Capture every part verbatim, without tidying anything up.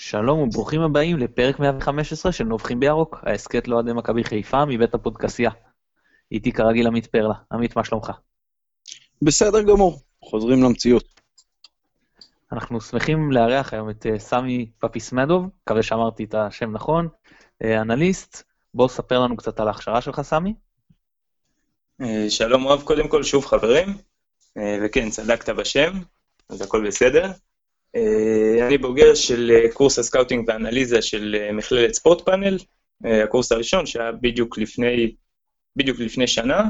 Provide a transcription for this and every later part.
שלום וברוכים הבאים לפרק מאה וחמש עשרה של נובחים בירוק, ההסכת לאוהדי מכבי חיפה מבית הפודקסייה. איתי כרגיל עמית פרלה. עמית, מה שלומך? בסדר גמור, חוזרים למציאות. אנחנו שמחים לארח היום את סמי פפיסמדוב, מקווה שאמרתי את השם נכון, אנליסט. בוא ספר לנו קצת על ההכשרה שלך, סמי. שלום רב, קודם כל שוב חברים, וכן, צדקת בשם, אז הכל בסדר. אני בוגר של קורס הסקאוטינג והאנליזה של מכללת ספורט פאנל, הקורס הראשון שהיה בדיוק לפני, בדיוק לפני שנה.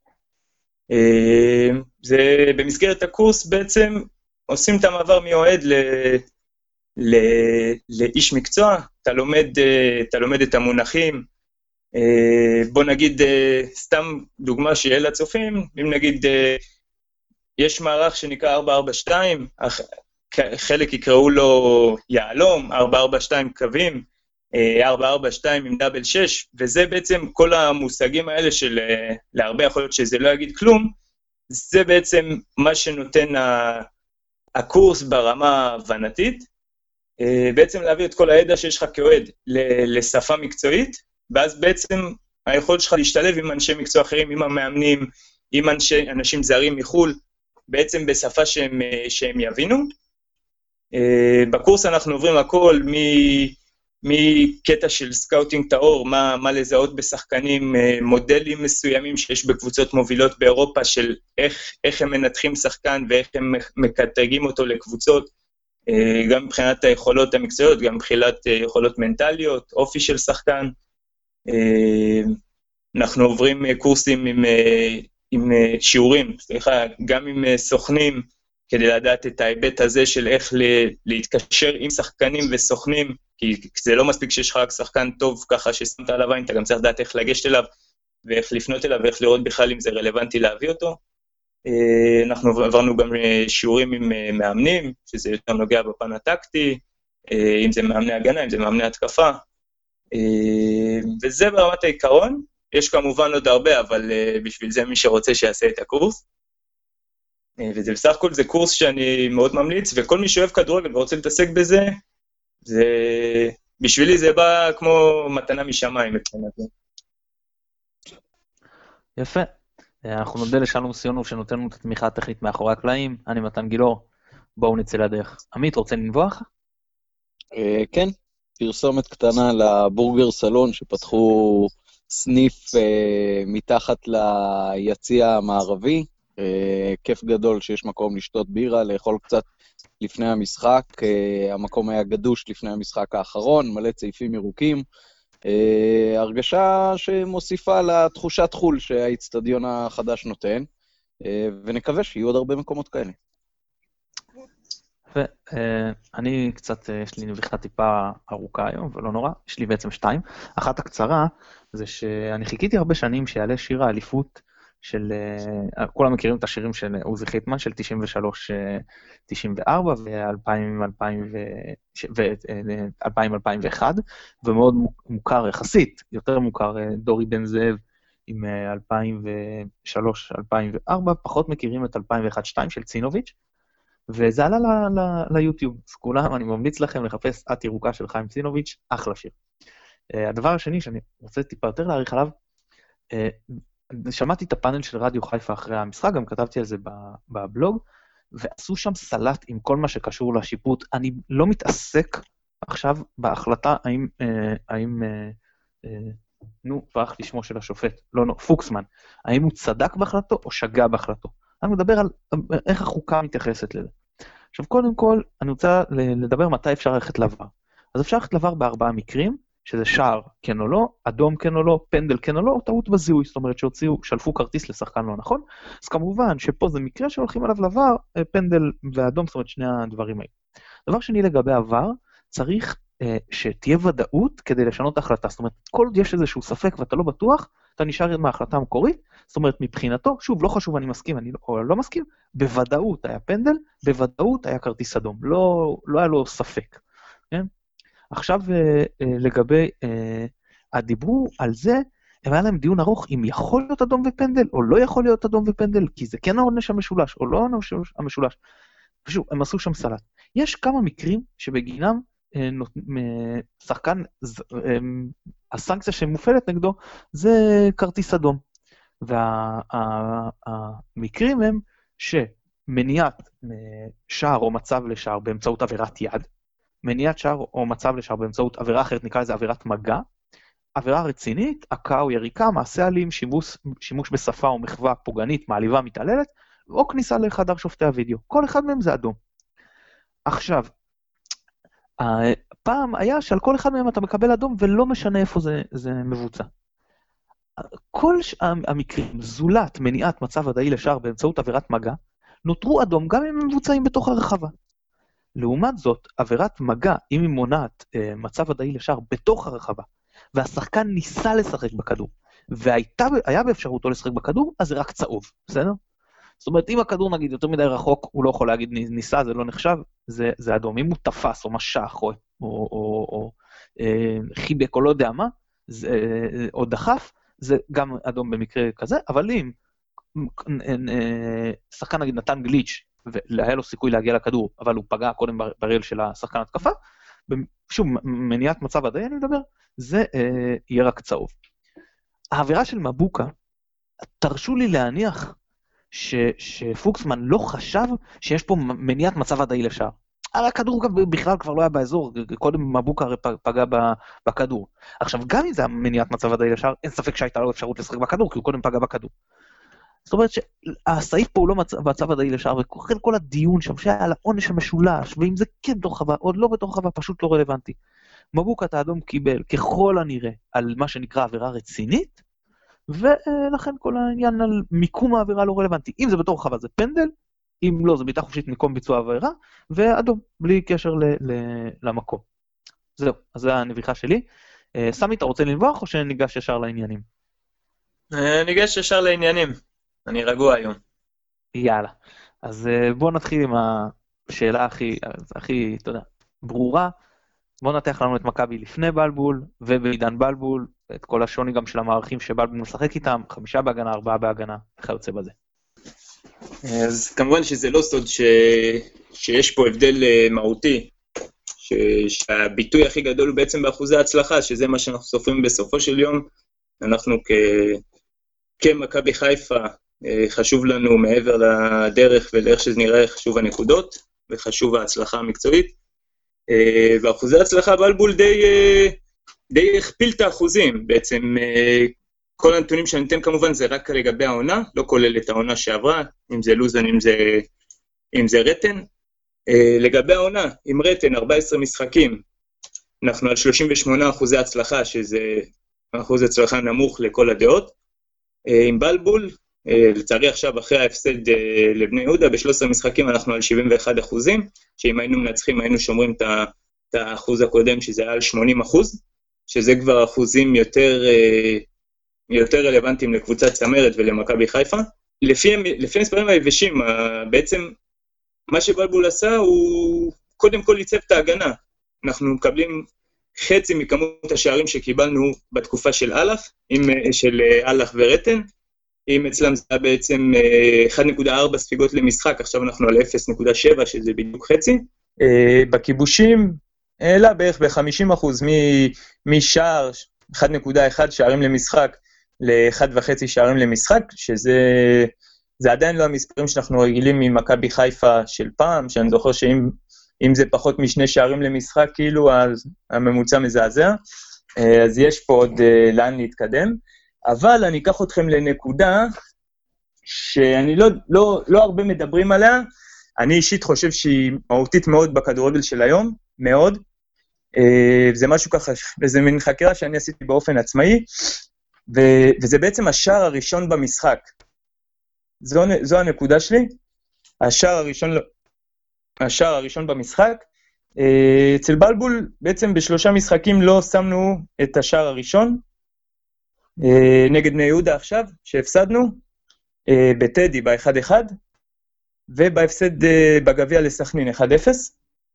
זה במסגרת הקורס בעצם עושים את המעבר מאוהד ל, ל, לאיש מקצוע, אתה לומד, אתה לומד את המונחים, בוא נגיד סתם דוגמה שיהיה לצופים, אם נגיד יש מערך שנקרא ארבע ארבע שתיים, חלק יקראו לו יעלום, ארבע ארבע שתיים קווים, ארבע ארבע שתיים עם דאבל שש, וזה בעצם כל המושגים האלה של להרבה יכול להיות שזה לא יגיד כלום, זה בעצם מה שנותן הקורס ברמה הבנתית, בעצם להביא את כל הידע שיש לך כאוהד לשפה מקצועית, ואז בעצם היכולת שלך להשתלב עם אנשי מקצוע אחרים, עם המאמנים, עם אנשי, אנשים זרים מחול, בעצם בשפה שהם, שהם יבינו. בקורס אנחנו עוברים הכל מקטע של סקאוטינג טהור, מה, מה לזהות בשחקנים, מודלים מסוימים שיש בקבוצות מובילות באירופה, של איך, איך הם מנתחים שחקן ואיך הם מקטרגים אותו לקבוצות, גם מבחינת היכולות המקצועיות, גם מבחינת יכולות מנטליות, אופי של שחקן. אנחנו עוברים קורסים עם, עם שיעורים, סליחה, גם עם סוכנים, כדי לדעת את ההיבט הזה של איך להתקשר עם שחקנים וסוכנים, כי זה לא מספיק שיש לך רק שחקן טוב ככה ששמת עליו עין, אתה גם צריך לדעת איך לגשת אליו, ואיך לפנות אליו, ואיך לראות בכלל אם זה רלוונטי להביא אותו. אנחנו עברנו גם שיעורים עם מאמנים, שזה יותר נוגע בפן הטקטי, אם זה מאמני הגנה, אם זה מאמני התקפה, וזה ברמת העיקרון. יש כמובן עוד הרבה, אבל בשביל זה מי שרוצה שיעשה את הקורס. וזה בסך הכל, זה קורס שאני מאוד ממליץ, וכל מי שאוהב כדורגל ורוצה להתעסק בזה, זה, בשבילי זה בא כמו מתנה משמיים מבחינתי. יפה. אנחנו נודה לשלום סיונוב שנותן לנו את התמיכה הטכנית מאחורי הקלעים. אני מתן גילאור, בואו נצא לדרך. עמית, רוצה לנבוח? כן, פרסומת קטנה לבורגר סלון שפתחו סניף מתחת ליציע המערבי. כיף גדול שיש מקום לשתות בירה, לאכול קצת לפני המשחק. המקום היה גדוש לפני המשחק האחרון, מלא צעיפים ירוקים. הרגשה שמוסיפה לתחושת חול שהאצטדיון החדש נותן, ונקווה שיהיו עוד הרבה מקומות כאלה. ואני קצת, יש לי נביכה טיפה ארוכה היום, ולא נורא, יש לי בעצם שתיים. אחת הקצרה זה שאני חיכיתי הרבה שנים שיעלה שיר האליפות של, כולם מכירים את השירים של עוזי חיטמן, של תשעים ושלוש תשעים וארבע ו-אלפיים אלפיים ואחת, ומאוד מוכר יחסית, יותר מוכר דורי בן זאב עם אלפיים ושלוש אלפיים וארבע, פחות מכירים את אלפיים ואחת שתיים של צינוביץ', וזה עלה ליוטיוב, אז כולם, אני ממליץ לכם לחפש את ירוקה של חיים צינוביץ', אחלה שיר. הדבר השני שאני רוצה טיפה יותר להעריך עליו, שמעתי את הפאנל של רדיו חיפה אחרי המשחק, גם כתבתי על זה בבלוג, ועשו שם סלט עם כל מה שקשור לשיפוט. אני לא מתעסק עכשיו בהחלטה האם, האם, נו, פרח לשמו של השופט, לא, לא, פוקסמן, האם הוא צדק בהחלטו או שגה בהחלטו. אני מדבר על איך החוקה מתייחסת לזה. עכשיו, קודם כל, אני רוצה לדבר מתי אפשר ללכת לעבר. אז אפשר ללכת לעבר בארבעה מקרים, שזה שער כן או לא, אדום כן או לא, פנדל כן או לא, או טעות בזיהוי, זאת אומרת שהוציאו, שלפו כרטיס לשחקן לא נכון, אז כמובן שפה זה מקרה שהולכים עליו לעבר, פנדל ואדום, זאת אומרת שני הדברים האלה. דבר שני לגבי עבר, צריך אה, שתהיה ודאות כדי לשנות ההחלטה, זאת אומרת, כל עוד יש איזשהו ספק ואתה לא בטוח, אתה נשאר עם ההחלטה המקורית, זאת אומרת מבחינתו, שוב, לא חשוב אני מסכים, אני לא, או לא מסכים, בוודאות היה פנדל, בוודאות היה כרטיס אדום, לא, לא היה לו ספק, כן? עכשיו לגבי, הדיברו על זה, הם היה להם דיון ארוך אם יכול להיות אדום ופנדל, או לא יכול להיות אדום ופנדל, כי זה כן העונש המשולש, או לא העונש המשולש. ושוב, הם עשו שם סלט. יש כמה מקרים שבגינם שחקן, הסנקציה שמופעלת נגדו זה כרטיס אדום. והמקרים הם שמניעת שער או מצב לשער באמצעות עבירת יד, מניעת שער או מצב לשער באמצעות עבירה אחרת, נקרא לזה עבירת מגע, עבירה רצינית, עקה או יריקה, מעשה אלים, שימוש, שימוש בשפה או מחווה פוגענית, מעליבה, מתעללת, או כניסה לחדר שופטי הוידאו. כל אחד מהם זה אדום. עכשיו, פעם היה שעל כל אחד מהם אתה מקבל אדום, ולא משנה איפה זה, זה מבוצע. כל המקרים, זולת מניעת מצב ודאי לשער באמצעות עבירת מגע, נותרו אדום גם אם הם מבוצעים בתוך הרחבה. לעומת זאת, עבירת מגע, אם היא מונעת אה, מצב ודאי לשער בתוך הרחבה, והשחקן ניסה לשחק בכדור, והיה באפשרותו לשחק בכדור, אז זה רק צהוב, בסדר? זאת אומרת, אם הכדור נגיד יותר מדי רחוק, הוא לא יכול להגיד ניסה, זה לא נחשב, זה, זה אדום. אם הוא תפס או משך או, או, או, או אה, חיבק או לא יודע מה, זה, אה, או דחף, זה גם אדום במקרה כזה, אבל אם אה, שחקן נגיד נתן גליץ' והיה לו סיכוי להגיע לכדור, אבל הוא פגע קודם ברגל של השחקן התקפה, שוב, מניעת מצב ודאי אני מדבר, זה אה, יהיה רק צהוב. העבירה של מבוקה, תרשו לי להניח ש, שפוקסמן לא חשב שיש פה מניעת מצב ודאי לשער. הרי הכדור בכלל כבר לא היה באזור, קודם מבוקה הרי פגע בכדור. עכשיו, גם אם זה מניעת מצב ודאי לשער, אין ספק שהייתה לו אפשרות לשחק בכדור, כי הוא קודם פגע בכדור. זאת אומרת שהסעיף פה הוא לא מצב ודאי לשער, וכל כל הדיון שם שהיה על העונש המשולש, ואם זה כן בתוך חווה, עוד לא בתוך חווה, פשוט לא רלוונטי. מבוקה את האדום קיבל ככל הנראה על מה שנקרא עבירה רצינית, ולכן כל העניין על מיקום העבירה לא רלוונטי. אם זה בתוך חווה זה פנדל, אם לא זה בעיטה חופשית מקום ביצוע העבירה, ואדום, בלי קשר ל- ל- למקום. זהו, אז זו הנביחה שלי. סמי, אתה רוצה לנבוח או שניגש ישר לעניינים? ניגש ישר לעניינים. אני רגוע היום. יאללה. אז בואו נתחיל עם השאלה הכי, הכי, אתה יודע, ברורה. בואו נתח לנו את מכבי לפני בלבול, ובעידן בלבול, את כל השוני גם של המערכים שבלבול משחק איתם, חמישה בהגנה, ארבעה בהגנה, איך יוצא בזה? אז כמובן שזה לא סוד ש... שיש פה הבדל מהותי, ש... שהביטוי הכי גדול הוא בעצם באחוזי ההצלחה, שזה מה שאנחנו סופרים בסופו של יום. אנחנו כ... כמכבי חיפה, חשוב לנו מעבר לדרך ולאיך שזה נראה, חשוב הנקודות, וחשוב ההצלחה המקצועית. ואחוזי ההצלחה בלבול די, די הכפיל את האחוזים, בעצם כל הנתונים שאני נותן כמובן זה רק לגבי העונה, לא כולל את העונה שעברה, אם זה לוזן, אם זה, אם זה רטן. לגבי העונה, עם רטן, ארבעה עשר משחקים, אנחנו על שלושים ושמונה אחוזי הצלחה, שזה אחוז הצלחה נמוך לכל הדעות. עם בלבול, לצערי עכשיו אחרי ההפסד לבני יהודה, ב-שלושה עשר משחקים אנחנו על שבעים ואחד אחוזים, שאם היינו מנצחים היינו שומרים את האחוז הקודם, שזה היה על שמונים אחוז, שזה כבר אחוזים יותר, יותר רלוונטיים לקבוצת צמרת ולמכבי חיפה. לפי, לפי המספרים היבשים, בעצם מה שבלבול עשה הוא קודם כל ייצב את ההגנה. אנחנו מקבלים חצי מכמות השערים שקיבלנו בתקופה של אלף, של אלף ורטן, אם אצלם זה היה בעצם אחת נקודה ארבע ספיגות למשחק, עכשיו אנחנו על אפס נקודה שבע, שזה בדיוק חצי. בכיבושים, העלה בערך ב-חמישים אחוז משער, אחת נקודה אחת שערים למשחק, ל-אחד וחצי שערים למשחק, שזה זה עדיין לא המספרים שאנחנו רגילים ממכבי חיפה של פעם, שאני זוכר שאם אם זה פחות משני שערים למשחק, כאילו הממוצע מזעזע, אז יש פה עוד לאן להתקדם. אבל אני אקח אתכם לנקודה שאני לא, לא, לא הרבה מדברים עליה, אני אישית חושב שהיא מהותית מאוד בכדורגל של היום, מאוד, זה משהו ככה, וזה מין חקירה שאני עשיתי באופן עצמאי, וזה בעצם השער הראשון במשחק. זו, זו הנקודה שלי, השער הראשון, השער הראשון במשחק, אצל בלבול בעצם בשלושה משחקים לא שמנו את השער הראשון, נגד בני יהודה עכשיו, שהפסדנו, בטדי ב-אחד אחד, ובהפסד בגביע לסכנין אחד אפס.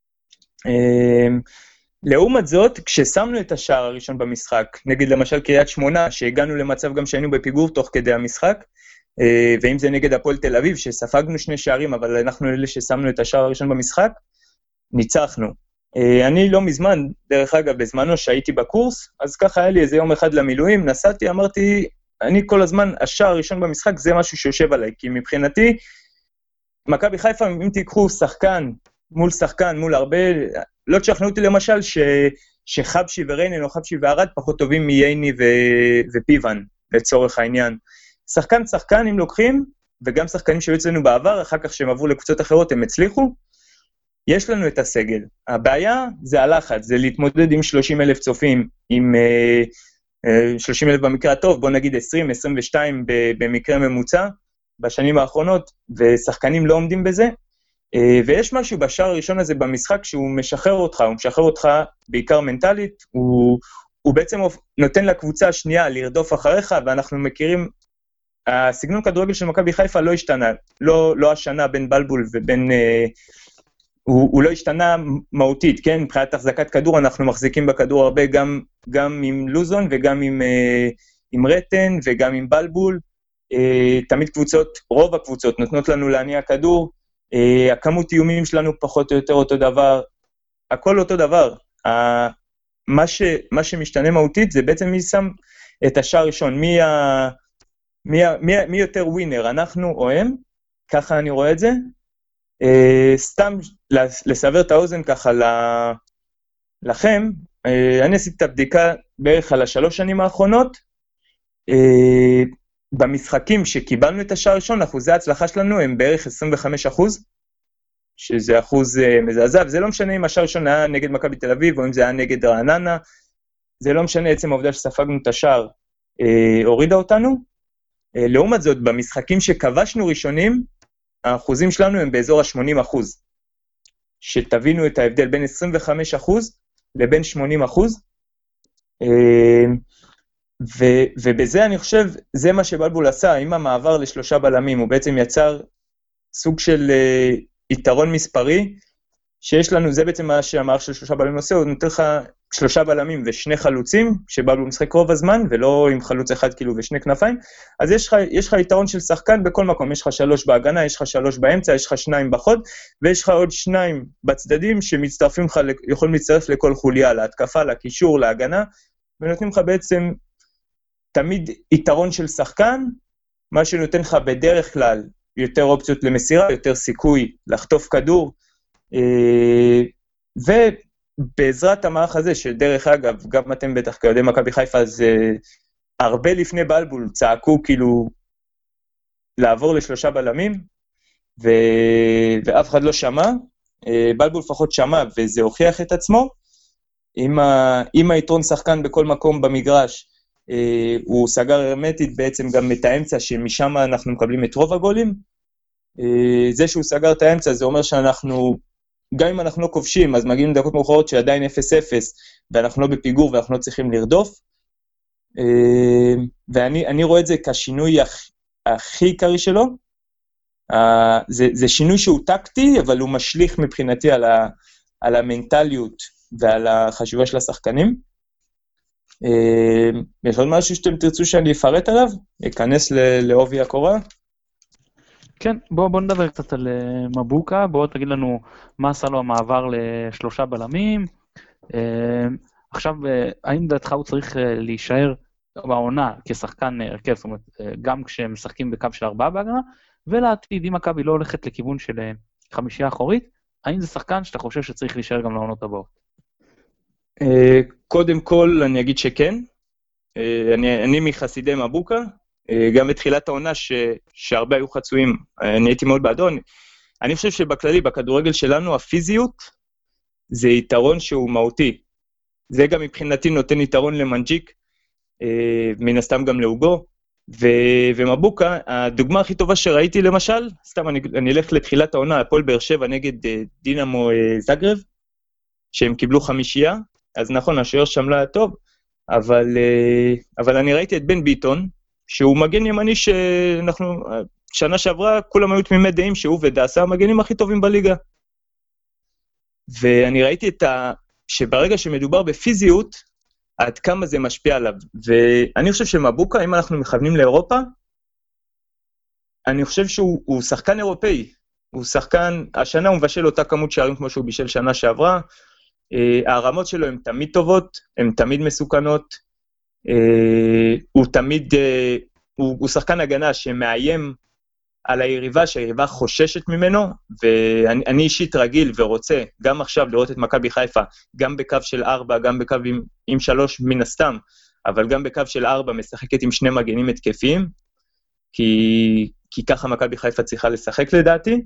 לעומת זאת, כששמנו את השער הראשון במשחק, נגד למשל קריית שמונה, שהגענו למצב גם שהיינו בפיגור תוך כדי המשחק, ואם זה נגד הפועל תל אביב, שספגנו שני שערים, אבל אנחנו אלה ששמנו את השער הראשון במשחק, ניצחנו. אני לא מזמן, דרך אגב, בזמנו שהייתי בקורס, אז ככה היה לי איזה יום אחד למילואים, נסעתי, אמרתי, אני כל הזמן, השער הראשון במשחק זה משהו שיושב עליי, כי מבחינתי, מכבי חיפה, אם תיקחו שחקן מול שחקן, מול הרבה, לא תשכנעו אותי למשל, ש, שחבשי וריינן או חבשי וערד פחות טובים מייני ו, ופיוון, לצורך העניין. שחקן שחקן, אם לוקחים, וגם שחקנים שהיו אצלנו בעבר, אחר כך שהם עברו לקבוצות אחרות, הם הצליחו, יש לנו את הסגל. הבעיה זה הלחץ, זה להתמודד עם שלושים אלף צופים, עם אה, אה, שלושים אלף במקרה הטוב, בוא נגיד עשרים, עשרים ושתיים במקרה ממוצע, בשנים האחרונות, ושחקנים לא עומדים בזה, אה, ויש משהו בשער הראשון הזה במשחק, שהוא משחרר אותך, הוא משחרר אותך בעיקר מנטלית, הוא, הוא בעצם נותן לקבוצה השנייה לרדוף אחריך, ואנחנו מכירים, הסגנון כדורגל של מכבי חיפה לא השתנה, לא, לא השנה בין בלבול ובין... אה, הוא, הוא לא השתנה מהותית, כן? מבחינת החזקת כדור, אנחנו מחזיקים בכדור הרבה, גם, גם עם לוזון וגם עם, אה, עם רטן וגם עם בלבול. אה, תמיד קבוצות, רוב הקבוצות נותנות לנו להניע כדור, אה, הכמות איומים שלנו פחות או יותר אותו דבר, הכל אותו דבר. אה, מה, ש, מה שמשתנה מהותית זה בעצם מי שם את השער הראשון, מי, ה, מי, מי, מי יותר ווינר, אנחנו או הם, ככה אני רואה את זה. Uh, סתם לסבר את האוזן ככה לכם, uh, אני עשיתי את הבדיקה בערך על השלוש שנים האחרונות, uh, במשחקים שקיבלנו את השער הראשון, אחוזי ההצלחה שלנו הם בערך עשרים וחמישה אחוז, שזה אחוז uh, מזעזע, וזה לא משנה אם השער הראשון היה נגד מכבי תל אביב, או אם זה היה נגד רעננה, זה לא משנה עצם העובדה שספגנו את השער, uh, הורידה אותנו, uh, לעומת זאת, במשחקים שכבשנו ראשונים, האחוזים שלנו הם באזור ה-שמונים אחוז, שתבינו את ההבדל בין עשרים וחמישה אחוז לבין שמונים אחוז, ו- ובזה אני חושב, זה מה שבלבול עשה, עם המעבר לשלושה בלמים, הוא בעצם יצר סוג של uh, יתרון מספרי, שיש לנו, זה בעצם מה שהמערך של שלושה בלמים עושה, הוא נותן לך שלושה בלמים ושני חלוצים, שבלבול משחק רוב הזמן, ולא עם חלוץ אחד כאילו ושני כנפיים, אז יש לך, יש לך יתרון של שחקן בכל מקום, יש לך שלוש בהגנה, יש לך שלוש באמצע, יש לך שניים בחוד, ויש לך עוד שניים בצדדים, שמצטרפים לך, יכולים להצטרף לכל חוליה, להתקפה, לקישור, להגנה, ונותנים לך בעצם תמיד יתרון של שחקן, מה שנותן לך בדרך כלל יותר אופציות למסירה, יותר סיכוי לחטוף כדור, ובעזרת המערך הזה, שדרך אגב, גם אתם בטח כיודעי מכבי חיפה, אז הרבה לפני בלבול צעקו כאילו לעבור לשלושה בלמים, ו... ואף אחד לא שמע, בלבול לפחות שמע, וזה הוכיח את עצמו, עם, ה... עם היתרון שחקן בכל מקום במגרש, הוא סגר הרמטית בעצם גם את האמצע, שמשם אנחנו מקבלים את רוב הגולים, זה שהוא סגר את האמצע, זה אומר שאנחנו, גם אם אנחנו לא כובשים, אז מגיעים לדקות מאוחרות שעדיין אפס אפס, ואנחנו לא בפיגור ואנחנו לא צריכים לרדוף, ואני אני רואה את זה כשינוי הכ, הכי עיקרי שלו, זה, זה שינוי שהוא טקטי, אבל הוא משליך מבחינתי על, ה, על המנטליות ועל החשיבה של השחקנים. יש עוד משהו שאתם תרצו שאני אפרט עליו? אכנס לעובי הקורה? כן, בוא, בוא נדבר קצת על uh, מבוקה, בוא תגיד לנו מה עשה לו המעבר לשלושה בלמים, uh, עכשיו, uh, האם דעתך הוא צריך uh, להישאר בעונה כשחקן הרכב, uh, זאת אומרת, uh, גם כשהם משחקים בקו של ארבעה בהגנה, ולעתיד, אם מכבי לא הולכת לכיוון של uh, חמישייה אחורית, האם זה שחקן שאתה חושב שצריך להישאר גם לעונות הבאות? Uh, קודם כל, אני אגיד שכן, uh, אני, אני מחסידי מבוקה, גם בתחילת העונה ש... שהרבה היו חצויים, אני הייתי מאוד בעדו, אני... אני חושב שבכללי, בכדורגל שלנו, הפיזיות זה יתרון שהוא מהותי. זה גם מבחינתי נותן יתרון למנג'יק, מן הסתם גם לאוגו, ו... ומבוקה, הדוגמה הכי טובה שראיתי למשל, סתם אני, אני אלך לתחילת העונה, הפועל באר שבע נגד דינמו זאגרב, שהם קיבלו חמישייה, אז נכון, השוער שם לא היה טוב, אבל, אבל אני ראיתי את בן ביטון, שהוא מגן ימני שאנחנו, שנה שעברה, כולם היו תמימי דעים שהוא ודאסה המגנים הכי טובים בליגה. ואני ראיתי את ה... שברגע שמדובר בפיזיות, עד כמה זה משפיע עליו. ואני חושב שמבוקה, אם אנחנו מכוונים לאירופה, אני חושב שהוא שחקן אירופאי. הוא שחקן, השנה הוא מבשל אותה כמות שערים כמו שהוא בישל שנה שעברה, הרמות שלו הן תמיד טובות, הן תמיד מסוכנות, הוא תמיד, הוא, הוא שחקן הגנה שמאיים על היריבה, שהיריבה חוששת ממנו, ואני אישית רגיל ורוצה, גם עכשיו לראות את מכבי חיפה, גם בקו של ארבע, גם בקו עם, עם שלוש מן הסתם, אבל גם בקו של ארבע משחקת עם שני מגנים התקפיים, כי, כי ככה מכבי חיפה צריכה לשחק לדעתי,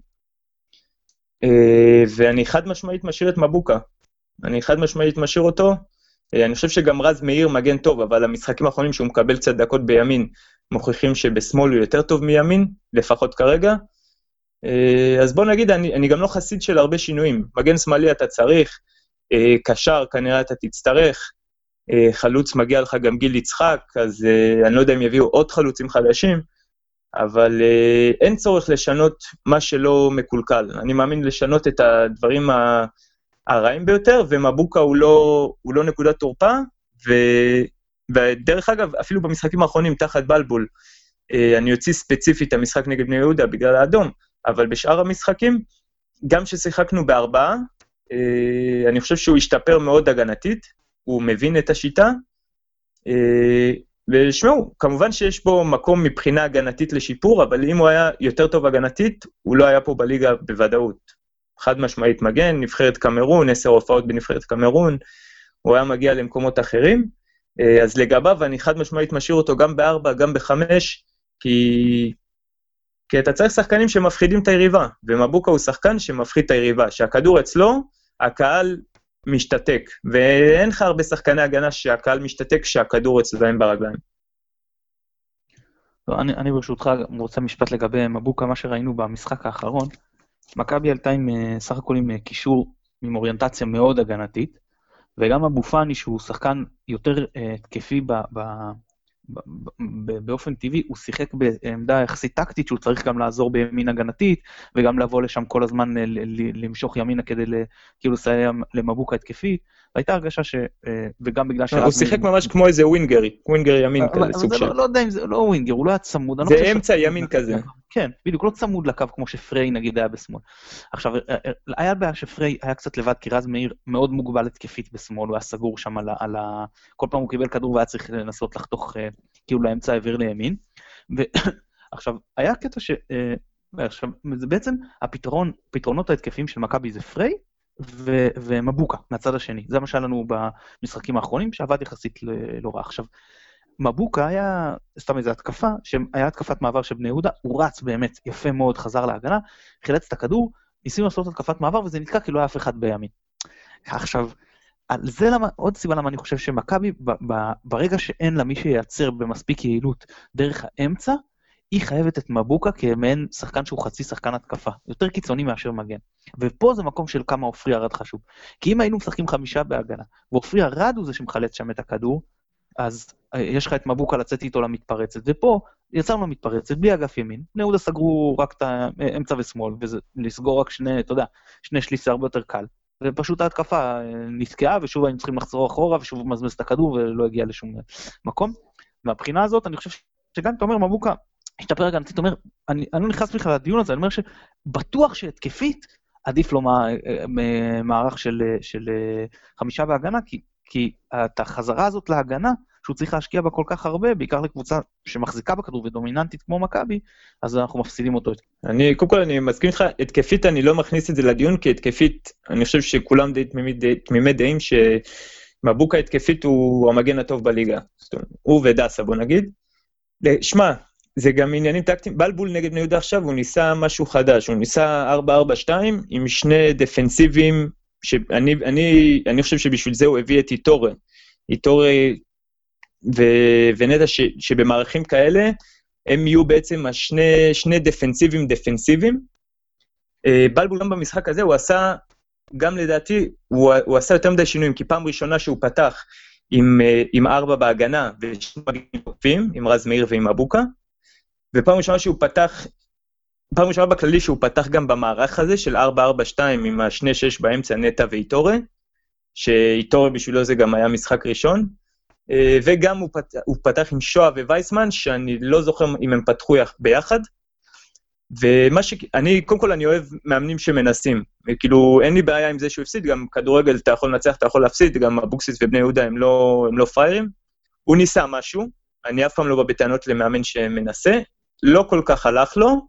ואני חד משמעית משאיר את מבוקה, אני חד משמעית משאיר אותו, אני חושב שגם רז מאיר מגן טוב, אבל המשחקים האחרונים שהוא מקבל קצת דקות בימין, מוכיחים שבשמאל הוא יותר טוב מימין, לפחות כרגע. אז בוא נגיד, אני, אני גם לא חסיד של הרבה שינויים. מגן שמאלי אתה צריך, קשר כנראה אתה תצטרך, חלוץ מגיע לך גם גיל יצחק, אז אני לא יודע אם יביאו עוד חלוצים חדשים, אבל אין צורך לשנות מה שלא מקולקל. אני מאמין לשנות את הדברים ה... הרעים ביותר, ומבוקה הוא לא, הוא לא נקודת תורפה, ו, ודרך אגב, אפילו במשחקים האחרונים, תחת בלבול, אני יוציא ספציפית המשחק נגד בני יהודה בגלל האדום, אבל בשאר המשחקים, גם ששיחקנו בארבעה, אני חושב שהוא השתפר מאוד הגנתית, הוא מבין את השיטה, ושמעו, כמובן שיש בו מקום מבחינה הגנתית לשיפור, אבל אם הוא היה יותר טוב הגנתית, הוא לא היה פה בליגה בוודאות. חד משמעית מגן, נבחרת קמרון, עשר הופעות בנבחרת קמרון, הוא היה מגיע למקומות אחרים, אז לגביו אני חד משמעית משאיר אותו גם בארבע, גם בחמש, כי... כי אתה צריך שחקנים שמפחידים את היריבה, ומבוקה הוא שחקן שמפחיד את היריבה, שהכדור אצלו, הקהל משתתק, ואין לך הרבה שחקני הגנה שהקהל משתתק כשהכדור אצלם ברגליים. לא, אני, אני ברשותך רוצה משפט לגבי מבוקה, מה שראינו במשחק האחרון, מכבי עלתה עם סך הכל עם קישור, עם אוריינטציה מאוד הגנתית, וגם אבו פאני שהוא שחקן יותר תקפי ב, ב, ב, ב, באופן טבעי, הוא שיחק בעמדה יחסית טקטית, שהוא צריך גם לעזור בימין הגנתית, וגם לבוא לשם כל הזמן למשוך ימינה כדי כאילו לסייע למבוקה התקפי, והייתה הרגשה ש... וגם בגלל ש... הוא שיחק ממש כמו איזה ווינגרי, ווינגר ימין כזה, סוג של... לא יודע אם זה לא ווינגר, הוא לא היה צמוד. זה אמצע ימין כזה. כן, בדיוק, לא צמוד לקו כמו שפריי נגיד היה בשמאל. עכשיו, היה בעיה שפריי היה קצת לבד, כי רז מאיר מאוד מוגבל התקפית בשמאל, הוא היה סגור שם על ה... כל פעם הוא קיבל כדור והיה צריך לנסות לחתוך כאילו לאמצע העביר לימין. ועכשיו, היה קטע ש... עכשיו, זה בעצם הפתרון, פתרונות ההתקפים של מכבי זה פריי, ו- ומבוקה, מהצד השני. זה מה שהיה לנו במשחקים האחרונים, שעבד יחסית לא רע. עכשיו, מבוקה היה, סתם איזו התקפה, שהיה התקפת מעבר של בני יהודה, הוא רץ באמת יפה מאוד, חזר להגנה, חילץ את הכדור, ניסינו לעשות התקפת מעבר, וזה נתקע כי לא היה אף אחד בימין. עכשיו, זה למה, עוד סיבה למה אני חושב שמכבי, ב- ב- ברגע שאין לה מי שייצר במספיק יעילות דרך האמצע, היא חייבת את מבוקה כמעין שחקן שהוא חצי שחקן התקפה, יותר קיצוני מאשר מגן. ופה זה מקום של כמה אופרי הרד חשוב. כי אם היינו משחקים חמישה בהגנה, ואופרי הרד הוא זה שמחלץ שם את הכדור, אז יש לך את מבוקה לצאת איתו למתפרצת, ופה יצרנו מתפרצת בלי אגף ימין, בני יהודה סגרו רק את האמצע ושמאל, ולסגור רק שני, אתה יודע, שני שליש זה הרבה יותר קל. ופשוט ההתקפה נתקעה, ושוב היינו צריכים לחזור אחורה, ושוב מזמז את הכדור, ולא הגיע לשום מקום. מהבחינה הזאת, אני חושב שגם אתה אומר, מבוקה, השתפר הגנתית, אומר, אני, אני לא נכנס בכלל לדיון הזה, אני אומר שבטוח שהתקפית עדיף לו מערך של, של חמישה בהגנה, כי, כי את החזרה הזאת להגנה, שהוא צריך להשקיע בה כל כך הרבה, בעיקר לקבוצה שמחזיקה בכדור ודומיננטית כמו מכבי, אז אנחנו מפסידים אותו. אני, קודם כל, אני מסכים איתך, התקפית אני לא מכניס את זה לדיון, כי התקפית, אני חושב שכולם די תמימי דעים, שמבוקה התקפית הוא המגן הטוב בליגה. הוא ודסה, בוא נגיד. שמע, זה גם עניינים טקטיים, בלבול נגד בני יהודה עכשיו, הוא ניסה משהו חדש, הוא ניסה ארבע ארבע שתיים, עם שני דפנסיבים, שאני אני, אני חושב שבשביל זה הוא הביא את איתורה, איתורה ו, ונדע ש, שבמערכים כאלה, הם יהיו בעצם השני, שני דפנסיבים דפנסיבים, בלבול גם במשחק הזה, הוא עשה, גם לדעתי, הוא, הוא עשה יותר מדי שינויים, כי פעם ראשונה שהוא פתח עם, עם ארבע בהגנה, ושני מגנים תוקפים, עם רז מאיר ועם מבוקה, ופעם ראשונה שהוא פתח, פעם ראשונה בכללי שהוא פתח גם במערך הזה של ארבע ארבע שתיים עם השני שש באמצע נטע ואיתורה, שאיתורה בשבילו זה גם היה משחק ראשון, וגם הוא פתח, הוא פתח עם שואה ווייסמן, שאני לא זוכר אם הם פתחו ביחד, ומה ש... אני, קודם כל אני אוהב מאמנים שמנסים, כאילו אין לי בעיה עם זה שהוא הפסיד, גם כדורגל אתה יכול לנצח, אתה יכול להפסיד, גם אבוקסיס ובני יהודה הם לא, הם לא פריירים, הוא ניסה משהו, אני אף פעם לא בא בטענות למאמן שמנסה, לא כל כך הלך לו,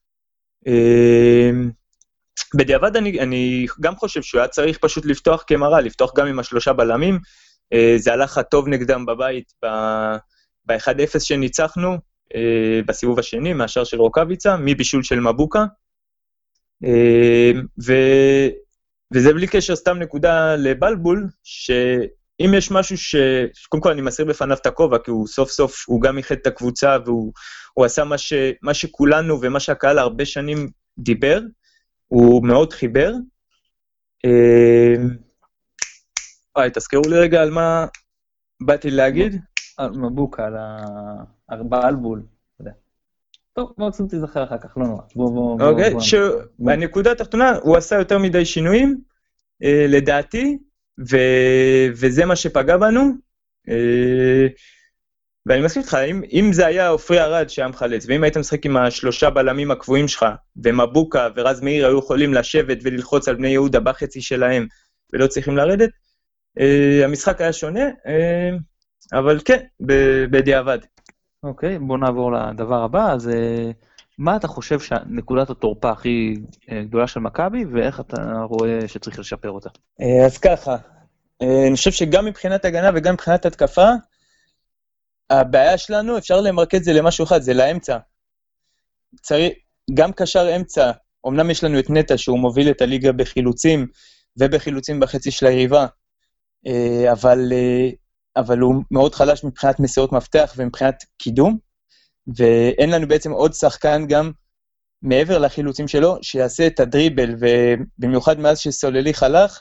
בדיעבד אני, אני גם חושב שהוא היה צריך פשוט לפתוח כמראה, לפתוח גם עם השלושה בלמים, זה הלך טוב נגדם בבית, ב-אחד אפס שניצחנו, בסיבוב השני, מהשאר של רוקביצה, מבישול של מבוקה, ו... וזה בלי קשר סתם נקודה לבלבול, שאם יש משהו ש... קודם כל אני מסיר בפניו את הכובע, כי הוא סוף סוף, הוא גם איחד את הקבוצה, והוא הוא עשה מה, ש... מה שכולנו ומה שהקהל הרבה שנים דיבר, הוא מאוד חיבר. וואי, תזכרו לי רגע על מה באתי להגיד. על מבוקה, על בלבול. טוב, בואו קצת תזכר אחר כך, לא נורא. אוקיי, שבנקודה התחתונה הוא עשה יותר מדי שינויים, לדעתי, וזה מה שפגע בנו, ואני מסכים איתך, אם זה היה אופרי ארד שהיה מחלץ, ואם היית משחק עם השלושה בלמים הקבועים שלך, ומבוקה ורז מאיר היו יכולים לשבת וללחוץ על בני יהודה בחצי שלהם, ולא צריכים לרדת, המשחק היה שונה, אבל כן, בדיעבד. אוקיי, בוא נעבור לדבר הבא, אז מה אתה חושב שנקודת התורפה הכי גדולה של מכבי, ואיך אתה רואה שצריך לשפר אותה? אז ככה, אני חושב שגם מבחינת הגנה וגם מבחינת התקפה, הבעיה שלנו, אפשר למרכז זה למשהו אחד, זה לאמצע. צריך, גם קשר אמצע, אמנם יש לנו את נטע שהוא מוביל את הליגה בחילוצים, ובחילוצים בחצי של היריבה, אבל... אבל הוא מאוד חלש מבחינת מסירות מפתח ומבחינת קידום, ואין לנו בעצם עוד שחקן גם מעבר לחילוצים שלו, שיעשה את הדריבל, ובמיוחד מאז שסוללי חלך,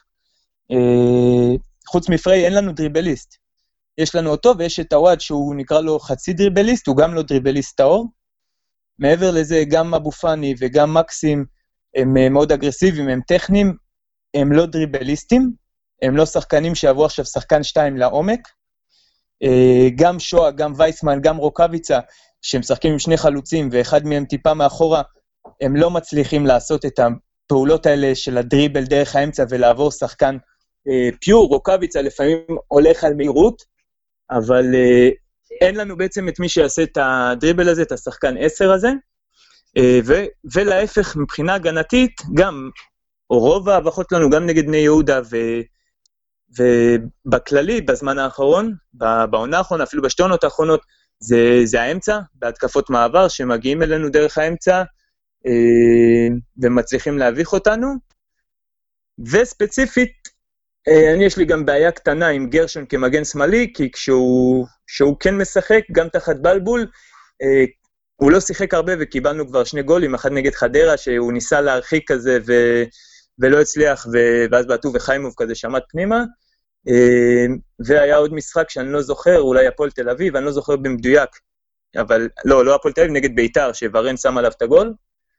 חוץ מפרי אין לנו דריבליסט. יש לנו אותו, ויש את הוואד שהוא נקרא לו חצי דריבליסט, הוא גם לא דריבליסט טהור. מעבר לזה, גם אבו פאני וגם מקסים הם מאוד אגרסיביים, הם טכניים, הם לא דריבליסטים, הם לא שחקנים שעברו עכשיו שחקן שתיים לעומק, גם שואה, גם וייסמן, גם רוקביצה, שהם משחקים עם שני חלוצים, ואחד מהם טיפה מאחורה, הם לא מצליחים לעשות את הפעולות האלה של הדריבל דרך האמצע, ולעבור שחקן פיור. רוקביצה לפעמים הולך על מהירות, אבל אין לנו בעצם את מי שיעשה את הדריבל הזה, את השחקן עשר הזה, ו- ולהפך מבחינה הגנתית, גם רוב ההבחות לנו, גם נגד בני יהודה ו... ובכללי, בזמן האחרון, בעונה האחרונה, אפילו בשתי עונות האחרונות, זה, זה האמצע, בהתקפות מעבר, שמגיעים אלינו דרך האמצע, ומצליחים להביך אותנו, וספציפית, אני יש לי גם בעיה קטנה עם גרשון כמגן שמאלי, כי כשהוא, כשהוא כן משחק, גם תחת בלבול, הוא לא שיחק הרבה, וקיבלנו כבר שני גולים, אחד נגד חדרה, שהוא ניסה להרחיק כזה, ו... ולא הצליח, ואז בעטו וחיימוב כזה שמט פנימה, והיה עוד משחק שאני לא זוכר, אולי הפועל תל אביב, אני לא זוכר במדויק, אבל לא, לא הפועל תל אביב, נגד ביתר, שוורן שם עליו את הגול.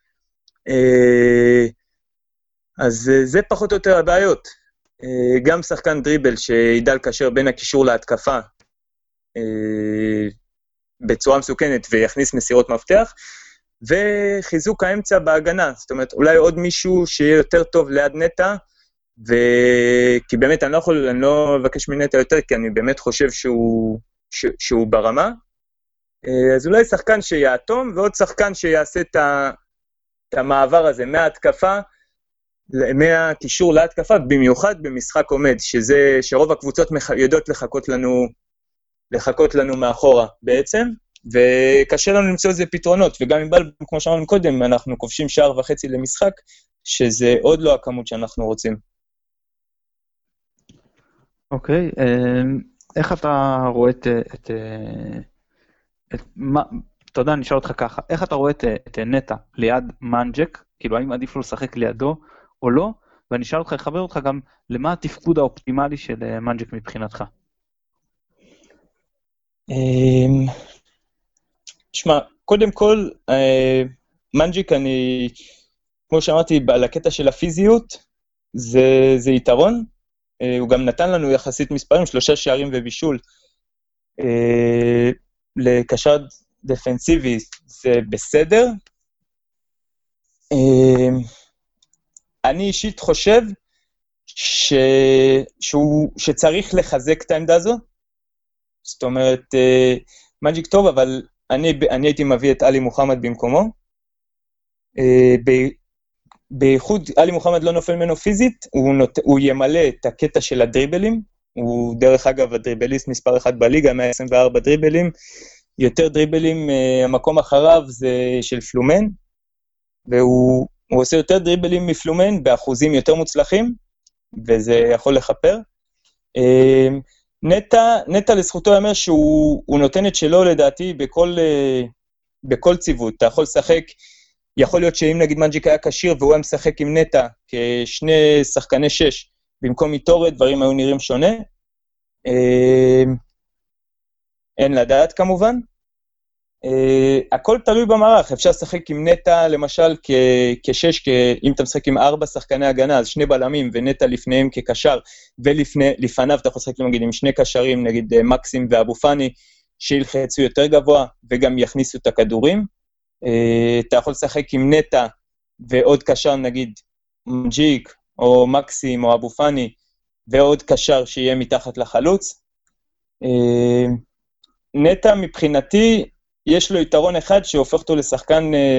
אז זה פחות או יותר הבעיות. גם שחקן דריבל שידע לקשר בין הקישור להתקפה, בצורה מסוכנת, ויכניס מסירות מפתח, וחיזוק האמצע בהגנה, זאת אומרת, אולי עוד מישהו שיהיה יותר טוב ליד נטע, ו... כי באמת אני לא יכול, אני לא מבקש מנטע יותר, כי אני באמת חושב שהוא, ש... שהוא ברמה, אז אולי שחקן שיעתום, ועוד שחקן שיעשה את, ה... את המעבר הזה, מההתקפה, מהקישור להתקפה, במיוחד במשחק עומד, שזה, שרוב הקבוצות מח... יודעות לחכות לנו, לחכות לנו מאחורה בעצם, וקשה לנו למצוא איזה פתרונות, וגם עם בלבול, כמו שאמרנו קודם, אנחנו כובשים שער וחצי למשחק, שזה עוד לא הכמות שאנחנו רוצים. אוקיי, איך אתה רואה את, את, את מה, אתה יודע, אני אשאל אותך ככה, איך אתה רואה את, את נטע ליד מנג'ק, כאילו האם עדיף לו לשחק לידו או לא, ואני אשאל אותך, אחבר אותך גם למה התפקוד האופטימלי של מנג'ק מבחינתך? תשמע, קודם כל, מנג'יק, אני, כמו שאמרתי, על הקטע של הפיזיות, זה, זה יתרון, הוא גם נתן לנו יחסית מספרים, שלושה שערים ובישול, לקשר דפנסיבי זה בסדר, אני אישית חושב ש... שהוא... שצריך לחזק את העמדה הזו, זאת אומרת, מג'יק טוב, אבל אני, אני הייתי מביא את אלי מוחמד במקומו, ב... בייחוד אלי מוחמד לא נופל ממנו פיזית, הוא, נות... הוא ימלא את הקטע של הדריבלים, הוא דרך אגב הדריבליסט מספר אחד בליגה, מאה עשרים וארבע דריבלים, יותר דריבלים, המקום אחריו זה של פלומן, והוא עושה יותר דריבלים מפלומן, באחוזים יותר מוצלחים, וזה יכול לחפר. נטע, נטע לזכותו יאמר שהוא נותן את שלו לדעתי בכל, בכל ציוות, אתה יכול לשחק, יכול להיות שאם נגיד מנג'יק היה קשיר, והוא היה משחק עם נטע כשני שחקני שש, במקום איתורת, דברים היו נראים שונה, אין לדעת כמובן, Uh, הכל תלוי במערך, אפשר לשחק עם נטע למשל כ- כשש, כ- אם אתה משחק עם ארבע שחקני הגנה, אז שני בלמים ונטע לפניהם כקשר, ולפניו אתה יכול לשחק נגיד עם שני קשרים, נגיד uh, מקסים ואבו פני, שילחצו יותר גבוה וגם יכניסו את הכדורים, uh, אתה יכול לשחק עם נטע ועוד קשר נגיד מג'יק או מקסים או אבו פני, ועוד קשר שיהיה מתחת לחלוץ. Uh, נטע מבחינתי, יש לו יתרון אחד שהופך אותו לשחקן,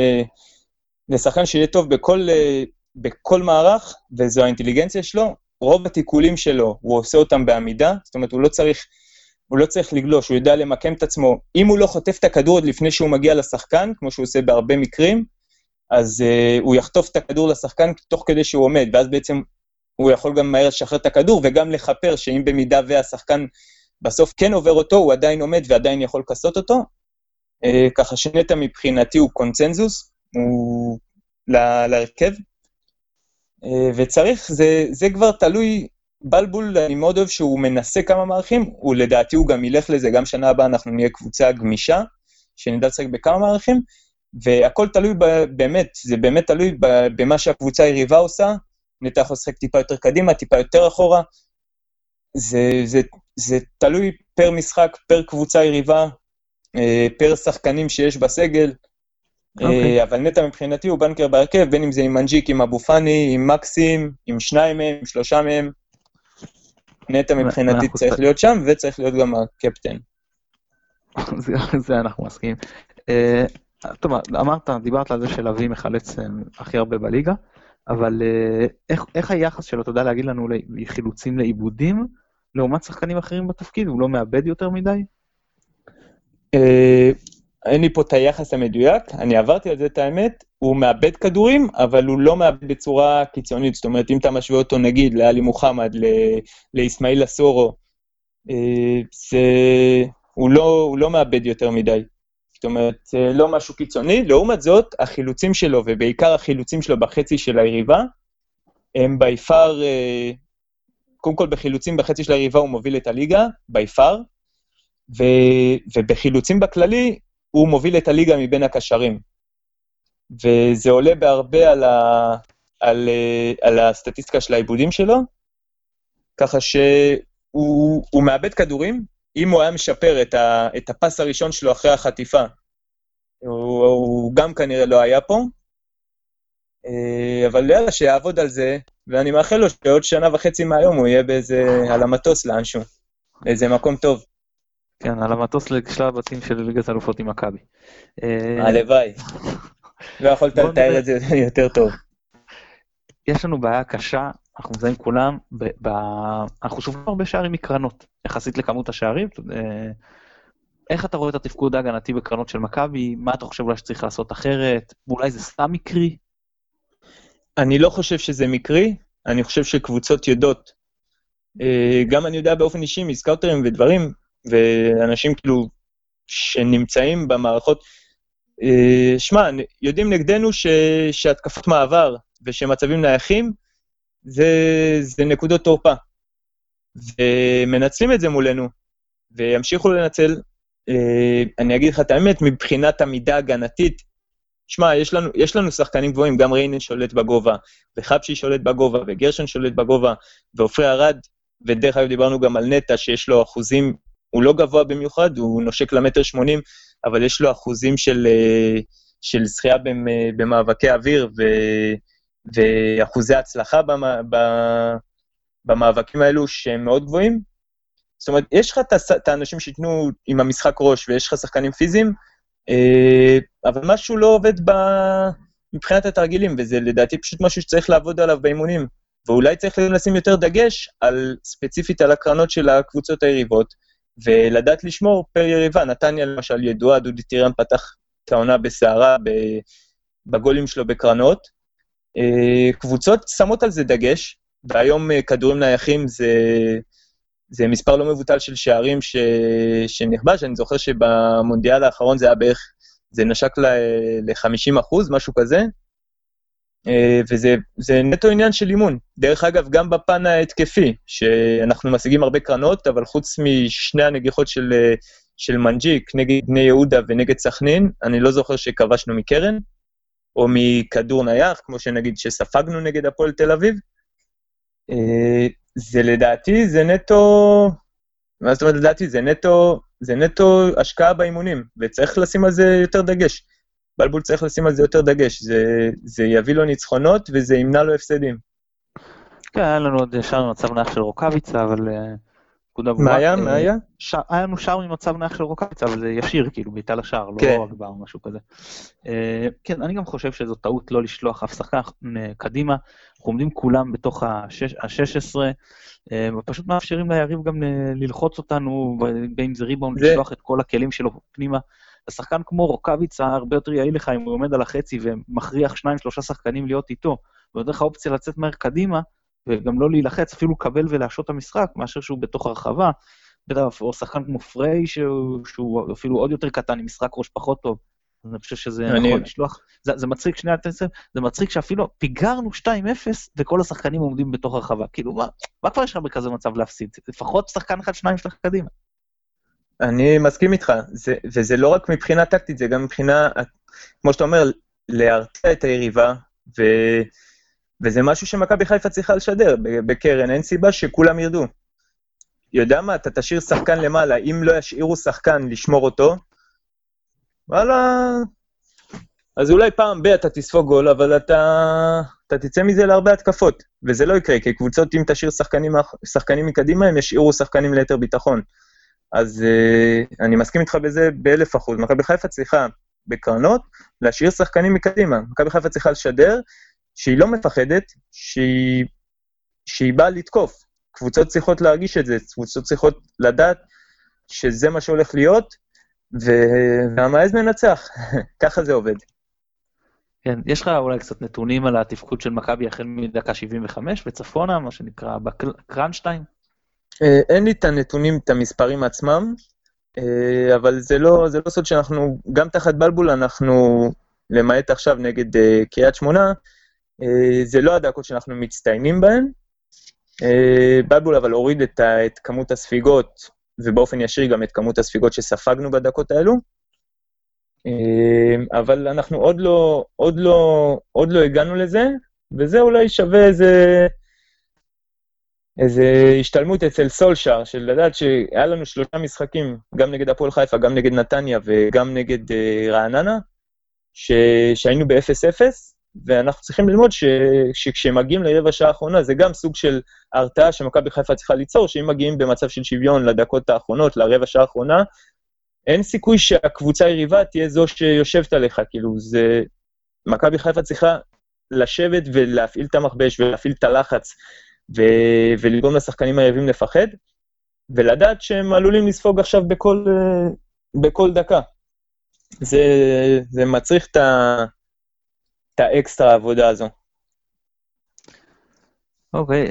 לשחקן שיהיה טוב בכל, בכל מערך, וזו האינטליגנציה שלו. רוב התיקולים שלו, הוא עושה אותם בעמידה, זאת אומרת, הוא לא צריך, הוא לא צריך לגלוש, הוא יודע למקם את עצמו. אם הוא לא חוטף את הכדור עוד לפני שהוא מגיע לשחקן, כמו שהוא עושה בהרבה מקרים, אז uh, הוא יחטוף את הכדור לשחקן תוך כדי שהוא עומד, ואז בעצם הוא יכול גם מהר לשחרר את הכדור, וגם לחפר שאם במידה והשחקן בסוף כן עובר אותו, הוא עדיין עומד ועדיין יכול לקסות אותו. Uh, ככה שנטע מבחינתי הוא קונצנזוס, הוא ל- להרכב, uh, וצריך, זה, זה כבר תלוי, בלבול, אני מאוד אוהב שהוא מנסה כמה מערכים, הוא לדעתי הוא גם ילך לזה, גם שנה הבאה אנחנו נהיה קבוצה גמישה, שנדע לשחק בכמה מערכים, והכל תלוי ב- באמת, זה באמת תלוי ב- במה שהקבוצה היריבה עושה, נטע יכול לשחק טיפה יותר קדימה, טיפה יותר אחורה, זה, זה, זה תלוי פר משחק, פר קבוצה יריבה, פר שחקנים שיש בסגל, okay. אבל נטע מבחינתי הוא בנקר בהרכב, בין אם זה עם מנג'יק, עם אבו פני, עם מקסים, עם שניים מהם, עם שלושה מהם, נטע מבחינתי צריך להיות שם, וצריך להיות גם הקפטן. זה אנחנו מסכים. טוב, אמרת, דיברת על זה שלוי מחלץ הכי הרבה בליגה, אבל איך היחס שלו, אתה יודע להגיד לנו, לחילוצים לעיבודים, לעומת שחקנים אחרים בתפקיד, הוא לא מאבד יותר מדי? אין לי פה את היחס המדויק, אני עברתי על זה את האמת, הוא מאבד כדורים, אבל הוא לא מאבד בצורה קיצונית, זאת אומרת, אם אתה משווה אותו נגיד לאלי מוחמד, לאיסמאעיל אסורו, הוא לא מאבד יותר מדי, זאת אומרת, לא משהו קיצוני, לעומת זאת, החילוצים שלו, ובעיקר החילוצים שלו בחצי של היריבה, הם ביפר, קודם כל בחילוצים בחצי של היריבה הוא מוביל את הליגה, ביפר, ו, ובחילוצים בכללי, הוא מוביל את הליגה מבין הקשרים. וזה עולה בהרבה על, ה, על, על הסטטיסטיקה של העיבודים שלו, ככה שהוא הוא מאבד כדורים, אם הוא היה משפר את, ה, את הפס הראשון שלו אחרי החטיפה, הוא, הוא גם כנראה לא היה פה, אבל יאללה, שיעבוד על זה, ואני מאחל לו שעוד שנה וחצי מהיום הוא יהיה באיזה, על המטוס לאנשהו, באיזה מקום טוב. כן, על המטוס לשלב הבתים של ליגת האלופות עם מכבי. הלוואי. לא יכולת לתאר את זה יותר טוב. יש לנו בעיה קשה, אנחנו מזהים כולם, אנחנו שופטים הרבה שערים מקרנות, יחסית לכמות השערים. איך אתה רואה את התפקוד ההגנתי בקרנות של מכבי? מה אתה חושב אולי שצריך לעשות אחרת? ואולי זה סתם מקרי? אני לא חושב שזה מקרי, אני חושב שקבוצות יודעות. גם אני יודע באופן אישי, מסקאוטרים ודברים, ואנשים כאילו שנמצאים במערכות, שמה, יודעים נגדנו ש, שהתקפות מעבר ושמצבים נייחים, זה, זה נקודות תורפה. ומנצלים את זה מולנו, וימשיכו לנצל. אני אגיד לך את האמת, מבחינת המידה הגנתית, שמה, יש לנו, יש לנו שחקנים גבוהים, גם ריינן שולט בגובה, וחבשי שולט בגובה, וגרשן שולט בגובה, ואופרי ארד, ודרך אגב דיברנו גם על נטע, שיש לו אחוזים, הוא לא גבוה במיוחד, הוא נושק למטר שמונים, אבל יש לו אחוזים של, של זכייה במאבקי אוויר ו, ואחוזי הצלחה במה, במאבקים האלו שהם מאוד גבוהים. זאת אומרת, יש לך את האנשים שיתנו עם המשחק ראש, ויש לך שחקנים פיזיים, אבל משהו לא עובד מבחינת התרגילים, וזה לדעתי פשוט משהו שצריך לעבוד עליו באימונים, ואולי צריך לשים יותר דגש על, ספציפית על הקרנות של הקבוצות היריבות, ולדעת לשמור פר יריבה. נתניה למשל ידועה, דודי טירן פתח את העונה בסערה בגולים שלו בקרנות. קבוצות שמות על זה דגש, והיום כדורים נייחים זה, זה מספר לא מבוטל של שערים ש, שנכבש. אני זוכר שבמונדיאל האחרון זה היה בערך, זה נשק ל-חמישים אחוז, משהו כזה, וזה זה נטו עניין של אימון. דרך אגב, גם בפן ההתקפי, שאנחנו משיגים הרבה קרנות, אבל חוץ משני הנגיחות של, של מנג'יק, נגד בני יהודה ונגד סכנין, אני לא זוכר שכבשנו מקרן, או מכדור נייח, כמו שנגיד שספגנו נגד הפועל תל אביב. זה לדעתי, זה נטו, מה זאת אומרת לדעתי? זה נטו, זה נטו השקעה באימונים, וצריך לשים על זה יותר דגש. בלבול צריך לשים על זה יותר דגש, זה, זה יביא לו ניצחונות, וזה ימנע לו הפסדים. כן, היה לנו עוד שער ממצב נח של רוקביצה, אבל... מה היה? מה היה? היה לנו שער ממצב נח של רוקביצה, אבל זה ישיר, כאילו, בעיטה לשער, לא הגבר או משהו כזה. כן, אני גם חושב שזו טעות לא לשלוח אף שחקן קדימה, אנחנו עומדים כולם בתוך ה-שש עשרה, ופשוט מאפשרים ליריב גם ללחוץ אותנו, ואם זה ריבאונד, לשלוח את כל הכלים שלו פנימה. השחקן כמו רוקביצה הרבה יותר יעיל לך אם הוא עומד על החצי ומכריח שניים, שלושה שחקנים להיות איתו, ונותן לך אופציה לצאת מהר קדימה, וגם לא להילחץ, אפילו לקבל ולהשעות את המשחק, מאשר שהוא בתוך הרחבה, או שחקן כמו פריי, שהוא, שהוא אפילו עוד יותר קטן, עם משחק ראש פחות טוב, אז אני חושב שזה אני... נכון לשלוח, זה, זה מצחיק, שנייה, זה מצחיק שאפילו פיגרנו שתיים אפס, וכל השחקנים עומדים בתוך הרחבה, כאילו, מה, מה כבר יש לך בכזה מצב להפסיד? לפחות שחקן אחד, שניים שלך קדימה. אני מסכים איתך, זה, וזה לא רק מבחינה טקטית, זה גם מבחינה, כמו שאתה אומר, להרתיע את היריבה, ו... וזה משהו שמכבי חיפה צריכה לשדר בקרן, אין סיבה שכולם ירדו. יודע מה, אתה תשאיר שחקן למעלה, אם לא ישאירו שחקן לשמור אותו, וואלה, אז אולי פעם ב אתה תספוג גול, אבל אתה, אתה תצא מזה להרבה התקפות, וזה לא יקרה, כי קבוצות אם תשאיר שחקנים, שחקנים מקדימה, הם ישאירו שחקנים ליתר ביטחון. אז uh, אני מסכים איתך בזה באלף אחוז. מכבי חיפה צריכה בקרנות להשאיר שחקנים מקדימה. מכבי חיפה צריכה לשדר שהיא לא מפחדת, שהיא, שהיא באה לתקוף. קבוצות צריכות להרגיש את זה, קבוצות צריכות לדעת שזה מה שהולך להיות, והמעז מנצח. ככה זה עובד. כן, יש לך אולי קצת נתונים על התפקוד של מכבי החל מדקה שבעים וחמש וצפונה, מה שנקרא בקרנשטיין? אין לי את הנתונים, את המספרים עצמם, אבל זה לא, זה לא סוד שאנחנו, גם תחת בלבול, אנחנו, למעט עכשיו נגד קריית שמונה, זה לא הדקות שאנחנו מצטיינים בהן. בלבול אבל הוריד את, את כמות הספיגות, ובאופן ישיר גם את כמות הספיגות שספגנו בדקות האלו, אבל אנחנו עוד לא, עוד לא, עוד לא הגענו לזה, וזה אולי שווה איזה... איזו השתלמות אצל סולשר, של לדעת שהיה לנו שלושה משחקים, גם נגד הפועל חיפה, גם נגד נתניה וגם נגד uh, רעננה, ש... שהיינו ב-אפס אפס, ואנחנו צריכים ללמוד ש... שכשמגיעים לרבע שעה האחרונה, זה גם סוג של הרתעה שמכבי חיפה צריכה ליצור, שאם מגיעים במצב של שוויון לדקות האחרונות, לרבע שעה האחרונה, אין סיכוי שהקבוצה היריבה תהיה זו שיושבת עליך, כאילו זה... מכבי חיפה צריכה לשבת ולהפעיל את המכבש ולהפעיל את הלחץ, ו- ולגרום לשחקנים היריבים לפחד, ולדעת שהם עלולים לספוג עכשיו בכל, בכל דקה. זה, זה מצריך את, ה- את האקסטרה העבודה הזו. אוקיי,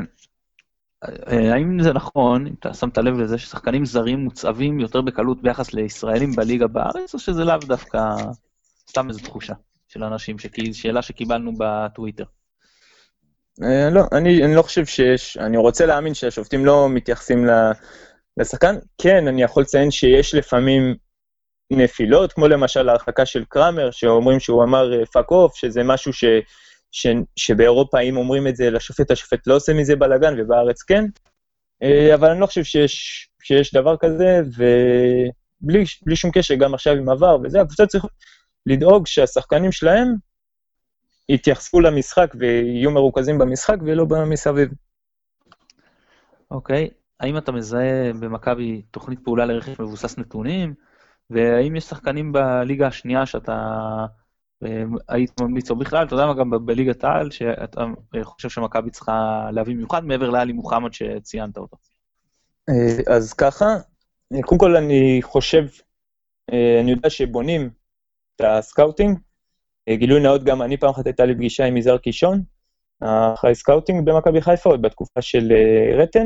האם זה נכון, אם אתה שמת לב לזה, ששחקנים זרים מוצאבים יותר בקלות ביחס לישראלים בליגה בארץ, או שזה לאו דווקא סתם איזו תחושה של אנשים, שאלה שקיבלנו בטוויטר? לא, אני, אני לא חושב שיש, אני רוצה להאמין שהשופטים לא מתייחסים לשחקן. כן, אני יכול לציין שיש לפעמים נפילות, כמו למשל ההרחקה של קרמר, שאומרים שהוא אמר פאק אוף, שזה משהו ש, ש, שבאירופה אם אומרים את זה לשופט, השופט לא עושה מזה בלגן, ובארץ כן. אבל אני לא חושב שיש, שיש דבר כזה, ובלי בלי שום קשר גם עכשיו עם עבר, וזה, הקבוצות צריכות, לדאוג שהשחקנים שלהם יתייחסו למשחק ויהיו מרוכזים במשחק ולא במסביב. אוקיי, האם אתה מזהה במכבי תוכנית פעולה לרכש מבוסס נתונים, והאם יש שחקנים בליגה השנייה שאתה היית ממליץ או בכלל, אתה יודע מה, גם בליגת העל, שאתה חושב שמכבי צריכה להביא מיוחד, מעבר לאלי מוחמד שציינת אותו? אז ככה, קודם כל אני חושב, אני יודע שבונים את הסקאוטינג, גילוי נאות גם אני פעם אחת הייתה לי פגישה עם יזהר קישון, אחרי סקאוטינג במכבי חיפה, עוד בתקופה של רטן.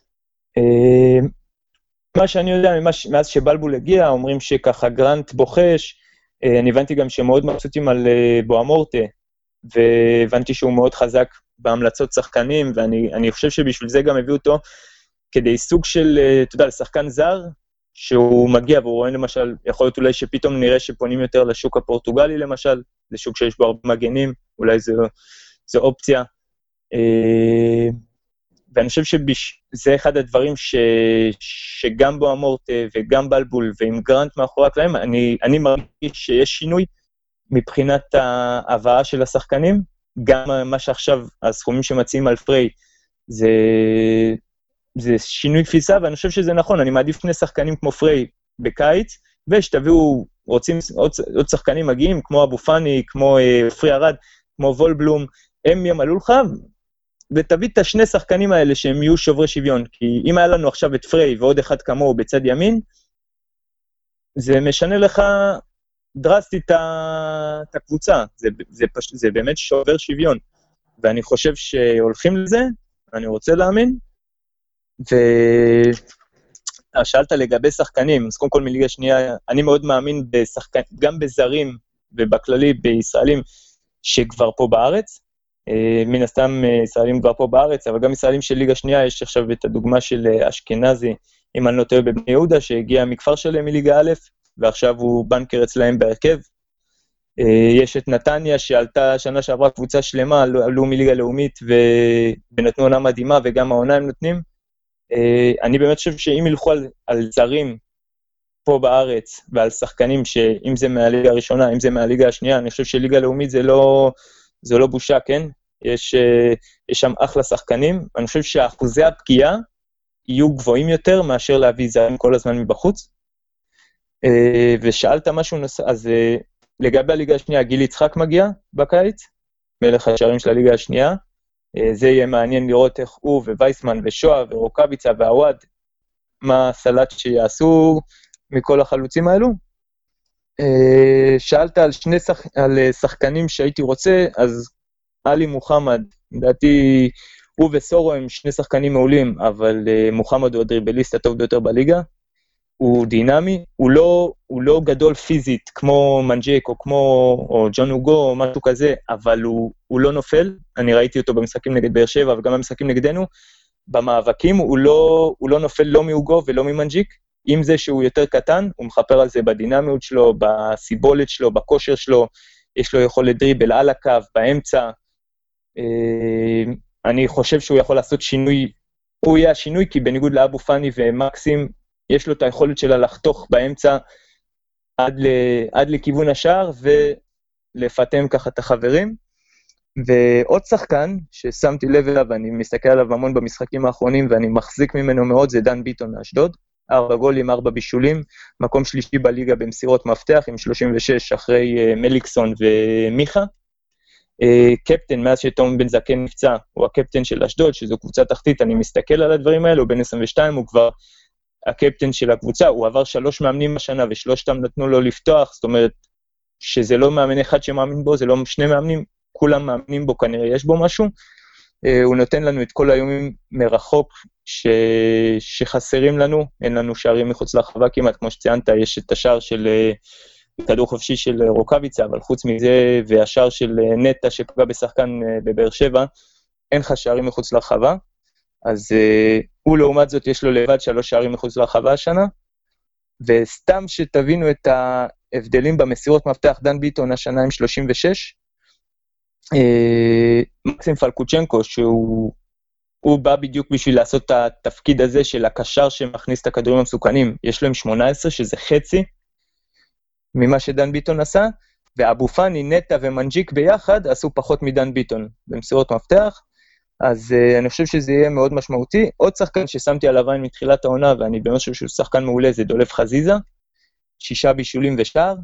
מה שאני יודע, מאז שבלבול הגיע, אומרים שככה גרנט בוחש, אני הבנתי גם שמאוד מבסוטים על בואמורטה, והבנתי שהוא מאוד חזק בהמלצות שחקנים, ואני חושב שבשביל זה גם הביאו אותו, כדי סוג של, אתה יודע, לשחקן זר, שהוא מגיע והוא רואה למשל, יכול להיות אולי שפתאום נראה שפונים יותר לשוק הפורטוגלי למשל, זה שוק שיש בו הרבה מגנים, אולי זו, זו אופציה. ואני חושב שזה אחד הדברים ש, שגם בואמורטה וגם בלבול ועם גרנט מאחורי הקלעים, אני, אני מרגיש שיש שינוי מבחינת ההבאה של השחקנים, גם מה שעכשיו, הסכומים שמציעים על פריי, זה... זה שינוי תפיסה, ואני חושב שזה נכון, אני מעדיף שני שחקנים כמו פריי בקיץ, ושתביאו, רוצים עוד, עוד שחקנים מגיעים, כמו אבו פני, כמו אה, פרי ארד, כמו וולבלום, הם ימלאו לך, ותביא את השני שחקנים האלה שהם יהיו שוברי שוויון, כי אם היה לנו עכשיו את פריי ועוד אחד כמוהו בצד ימין, זה משנה לך דרסטית את הקבוצה, זה, זה, פש... זה באמת שובר שוויון, ואני חושב שהולכים לזה, אני רוצה להאמין, ושאלת לגבי שחקנים, אז קודם כל מליגה שנייה, אני מאוד מאמין בשחקנים, גם בזרים ובכללי בישראלים שכבר פה בארץ, מן הסתם ישראלים כבר פה בארץ, אבל גם ישראלים של ליגה שנייה, יש עכשיו את הדוגמה של אשכנזי, אם אני לא טועה בבני יהודה, שהגיע מכפר שלהם מליגה א', ועכשיו הוא בנקר אצלהם בהרכב. יש את נתניה שעלתה שנה שעברה קבוצה שלמה, עלו מליגה לאומית ונתנו עונה מדהימה, וגם העונה הם נותנים. אני באמת חושב שאם ילכו על, על זרים פה בארץ, ועל שחקנים שאם זה מהליגה הראשונה, אם זה מהליגה השנייה, אני חושב שליגה לאומית זה לא, זה לא בושה, כן? יש, יש שם אחלה שחקנים, אני חושב שאחוזי הפגיעה יהיו גבוהים יותר מאשר להביא זרים כל הזמן מבחוץ. ושאלת משהו נוסף, אז לגבי הליגה השנייה, גיל יצחק מגיע בקיץ, מלך השערים של הליגה השנייה, זה יהיה מעניין לראות איך הוא ווייסמן ושואה ורוקביצה והוואד, מה הסלט שיעשו מכל החלוצים האלו. שאלת על שני שח... על שחקנים שהייתי רוצה, אז אלי מוחמד, לדעתי הוא וסורו הם שני שחקנים מעולים, אבל מוחמד הוא הדריבליסט הטוב ביותר בליגה, הוא דינמי, הוא לא, הוא לא גדול פיזית כמו מנג'ק או כמו או ג'ון אוגו או משהו כזה, אבל הוא, הוא לא נופל, אני ראיתי אותו במשחקים נגד באר שבע וגם במשחקים נגדנו, במאבקים הוא לא, הוא לא נופל לא מאוגו ולא ממנג'ק, עם זה שהוא יותר קטן, הוא מחפר על זה בדינמיות שלו, בסיבולת שלו, בכושר שלו, יש לו יכולת דריבל על הקו, באמצע, אני חושב שהוא יכול לעשות שינוי, הוא יהיה השינוי, כי בניגוד לאבו פני ומקסים, יש לו את היכולת שלה לחתוך באמצע עד, ל, עד לכיוון השער ולפתם ככה את החברים. ועוד שחקן ששמתי לב אליו, ואני מסתכל עליו המון במשחקים האחרונים, ואני מחזיק ממנו מאוד, זה דן ביטון מאשדוד. ארבע גולים, ארבע בישולים, מקום שלישי בליגה במסירות מפתח, עם שלושים ושש אחרי uh, מליקסון ומיכה. Uh, קפטן, מאז שתום בן זקן נפצע, הוא הקפטן של אשדוד, שזו קבוצה תחתית, אני מסתכל על הדברים האלו, בין עשרים ושתיים הוא כבר הקפטן של הקבוצה, הוא עבר שלוש מאמנים השנה, ושלושתם נתנו לו לפתוח, זאת אומרת, שזה לא מאמן אחד שמאמין בו, זה לא שני מאמנים, כולם מאמינים בו, כנראה יש בו משהו, הוא נותן לנו את כל היומים מרחוק ש... שחסרים לנו, אין לנו שערים מחוץ לרחבה כמעט, כמו שציינת, יש את השער של כדור חופשי של רוקביצה, אבל חוץ מזה, והשער של נטה שפגע בשחקן בבאר שבע, אין לך שערים מחוץ לרחבה, אז הוא לעומת זאת יש לו לבד שלוש שערים מחוץ לרחבה השנה, וסתם שתבינו את ההבדלים במסירות מפתח, דן ביטון השנה עם שלושים ושש, מקסים פלקוצ'נקו, שהוא הוא בא בדיוק בשביל לעשות את התפקיד הזה של הקשר שמכניס את הכדורים המסוכנים, יש לו עם שמונה עשרה, שזה חצי ממה שדן ביטון עשה, ואבו פאני, נטע ומנג'יק ביחד עשו פחות מדן ביטון במסירות מפתח, אז uh, אני חושב שזה יהיה מאוד משמעותי. עוד שחקן ששמתי עליו עין מתחילת העונה, ואני באמת חושב שהוא שחקן מעולה, זה דולב חזיזה, שישה בישולים ושער.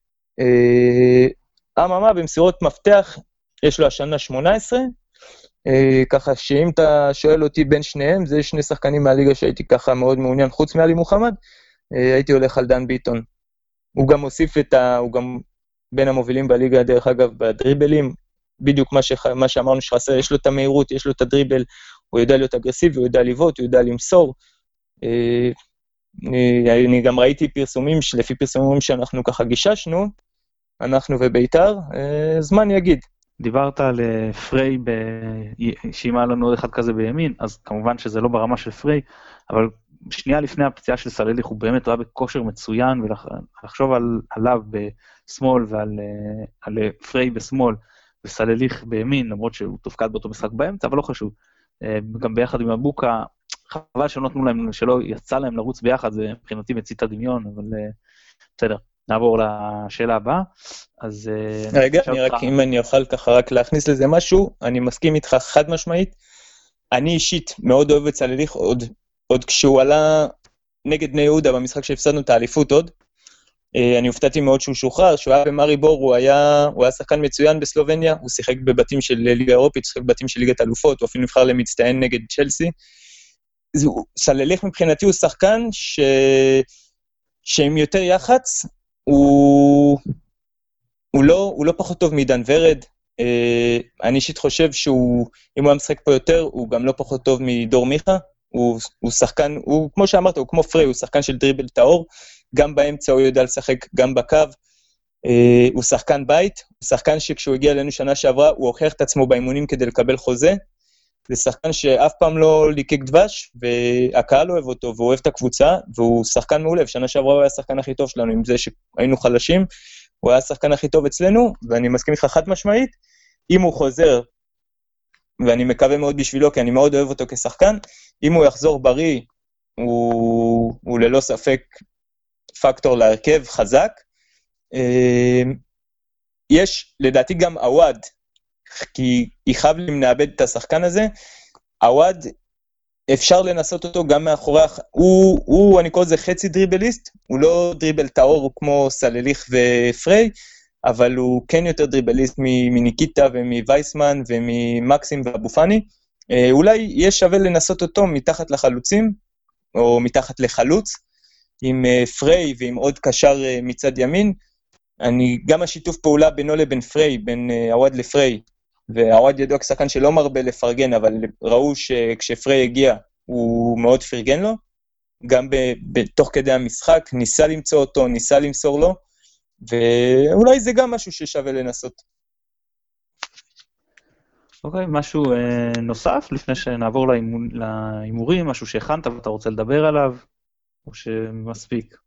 Uh, אממה, במסירות מפתח יש לו השנה שמונה עשרה, uh, ככה שאם אתה שואל אותי בין שניהם, זה שני שחקנים מהליגה שהייתי ככה מאוד מעוניין, חוץ מעלי מוחמד, uh, הייתי הולך על דן ביטון. הוא גם הוסיף את ה... הוא גם בין המובילים בליגה, דרך אגב, בדריבלים, בדיוק מה, שח... מה שאמרנו שחסר, יש לו את המהירות, יש לו את הדריבל, הוא יודע להיות אגרסיבי, הוא יודע לבעוט, הוא יודע למסור. אני, אני גם ראיתי פרסומים, לפי פרסומים שאנחנו ככה גיששנו, אנחנו וביתר, זמן יגיד. דיברת על פריי, ב... שאם היה לנו עוד אחד כזה בימין, אז כמובן שזה לא ברמה של פריי, אבל שנייה לפני הפציעה של סלליך, הוא באמת היה בכושר מצוין, ולחשוב על, עליו בשמאל ועל על פריי בשמאל, וסלליך בימין, למרות שהוא תופקד באותו משחק באמצע, אבל לא חשוב. גם ביחד עם הבוקה, חבל שלא נתנו להם, שלא יצא להם לרוץ ביחד, זה מבחינתי מצית הדמיון, אבל בסדר, נעבור לשאלה הבאה. אז רגע, אני רק, אם אני אוכל ככה רק להכניס לזה משהו, אני מסכים איתך חד משמעית, אני אישית מאוד אוהב את סלליך, עוד, עוד כשהוא עלה נגד בני יהודה, במשחק שהפסדנו את האליפות עוד, אני הופתעתי מאוד שהוא שוחרר, שהוא היה במארי בור, הוא היה, הוא היה שחקן מצוין בסלובניה, הוא שיחק בבתים של ליגה אירופית, שיחק בבתים של ליגת אלופות, הוא אפילו נבחר למצטיין נגד צ'לסי. סלליך מבחינתי הוא שחקן ש... שעם יותר יח"צ, הוא... הוא לא, הוא לא פחות טוב מדן ורד, אני אישית חושב שהוא, אם הוא המשחק פה יותר, הוא גם לא פחות טוב מדור מיכה, הוא, הוא שחקן, הוא, כמו שאמרת, הוא כמו פריי, הוא שחקן של דריבל טהור, גם באמצע הוא יודע לשחק, גם בקו, אה, הוא שחקן בית, הוא שחקן שכשהוא הגיע אלינו שנה שעברה, הוא הוכיח את עצמו באימונים כדי לקבל חוזה, זה שחקן שאף פעם לא ליקק דבש, והקהל אוהב אותו, והוא אוהב את הקבוצה, והוא שחקן מעולה, שנה שעברה הוא היה השחקן הכי טוב שלנו, עם זה שהיינו חלשים, הוא היה השחקן הכי טוב אצלנו, ואני מסכים איתך חד משמעית, אם הוא חוזר, ואני מקווה מאוד בשבילו, כי אני מאוד אוהב אותו כשחקן, אם הוא יחזור בריא, הוא, הוא ללא ספק פקטור להרכב חזק. יש לדעתי גם עווד, כי יחב לי אם נאבד את השחקן הזה, עווד אפשר לנסות אותו גם מאחורי, הוא, הוא אני קורא לזה חצי דריבליסט, הוא לא דריבל טהור כמו סלליך ופריי, אבל הוא כן יותר דריבליסט מניקיטה ומווייסמן וממקסים ואבו פאני, אולי יש שווה לנסות אותו מתחת לחלוצים, או מתחת לחלוץ, עם פריי ועם עוד קשר מצד ימין, אני, גם השיתוף פעולה בינו לבין פריי, בין עווד לפריי, ועווד ידוע כשחקן שלא מרבה לפרגן, אבל ראו שכשפריי הגיע, הוא מאוד פרגן לו, גם בתוך כדי המשחק, ניסה למצוא אותו, ניסה למסור לו, ואולי זה גם משהו ששווה לנסות. אוקיי, okay, משהו אה, נוסף, לפני שנעבור להימורים, משהו שהכנת ואתה רוצה לדבר עליו, או שמספיק?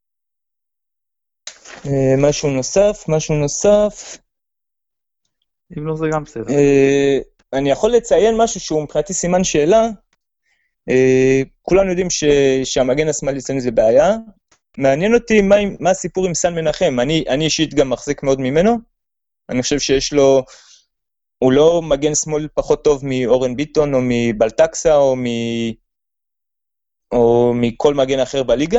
אה, משהו נוסף, משהו נוסף. אם לא זה גם בסדר. אה, אני יכול לציין משהו שהוא מבחינתי סימן שאלה, אה, כולנו יודעים ש, שהמגן השמאלי אצלנו זה בעיה, מעניין אותי מה, מה הסיפור עם סן מנחם, אני, אני אישית גם מחזיק מאוד ממנו, אני חושב שיש לו, הוא לא מגן שמאל פחות טוב מאורן ביטון, או מבלטקסה, או, מ... או מכל מגן אחר בליגה,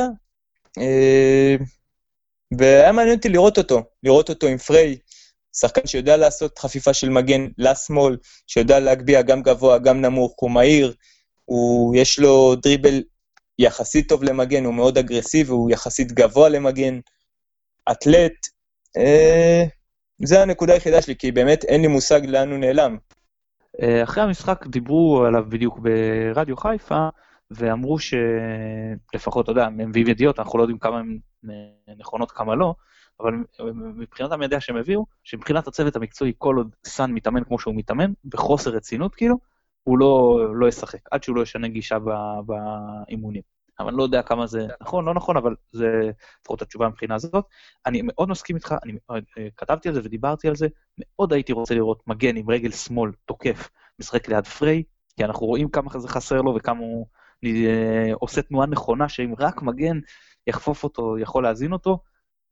והיה מעניין אותי לראות אותו, לראות אותו עם פריי, שחקן שיודע לעשות חפיפה של מגן לשמאל, שיודע להגביע גם גבוה, גם נמוך, הוא מהיר, הוא, יש לו דריבל יחסית טוב למגן, הוא מאוד אגרסיבי, הוא יחסית גבוה למגן, אתלט, אה, זה הנקודה היחידה שלי, כי באמת אין לי מושג לאן הוא נעלם. אחרי המשחק דיברו עליו בדיוק ברדיו חיפה, ואמרו שלפחות, אתה יודע, הם מביאים ידיעות, אנחנו לא יודעים כמה הם נכונות, כמה לא, אבל מבחינת המידע שהם הביאו, שמבחינת הצוות המקצועי, כל עוד סן מתאמן כמו שהוא מתאמן, בחוסר רצינות כאילו, הוא לא, לא ישחק, עד שהוא לא ישנה גישה באימונים. אבל אני לא יודע כמה זה נכון, לא נכון, אבל זה לפחות התשובה מבחינה הזאת. אני מאוד מסכים איתך, אני כתבתי על זה ודיברתי על זה, מאוד הייתי רוצה לראות מגן עם רגל שמאל תוקף, משחק ליד פריי, כי אנחנו רואים כמה זה חסר לו וכמה הוא עושה תנועה נכונה, שאם רק מגן יחפוף אותו, יכול להזין אותו,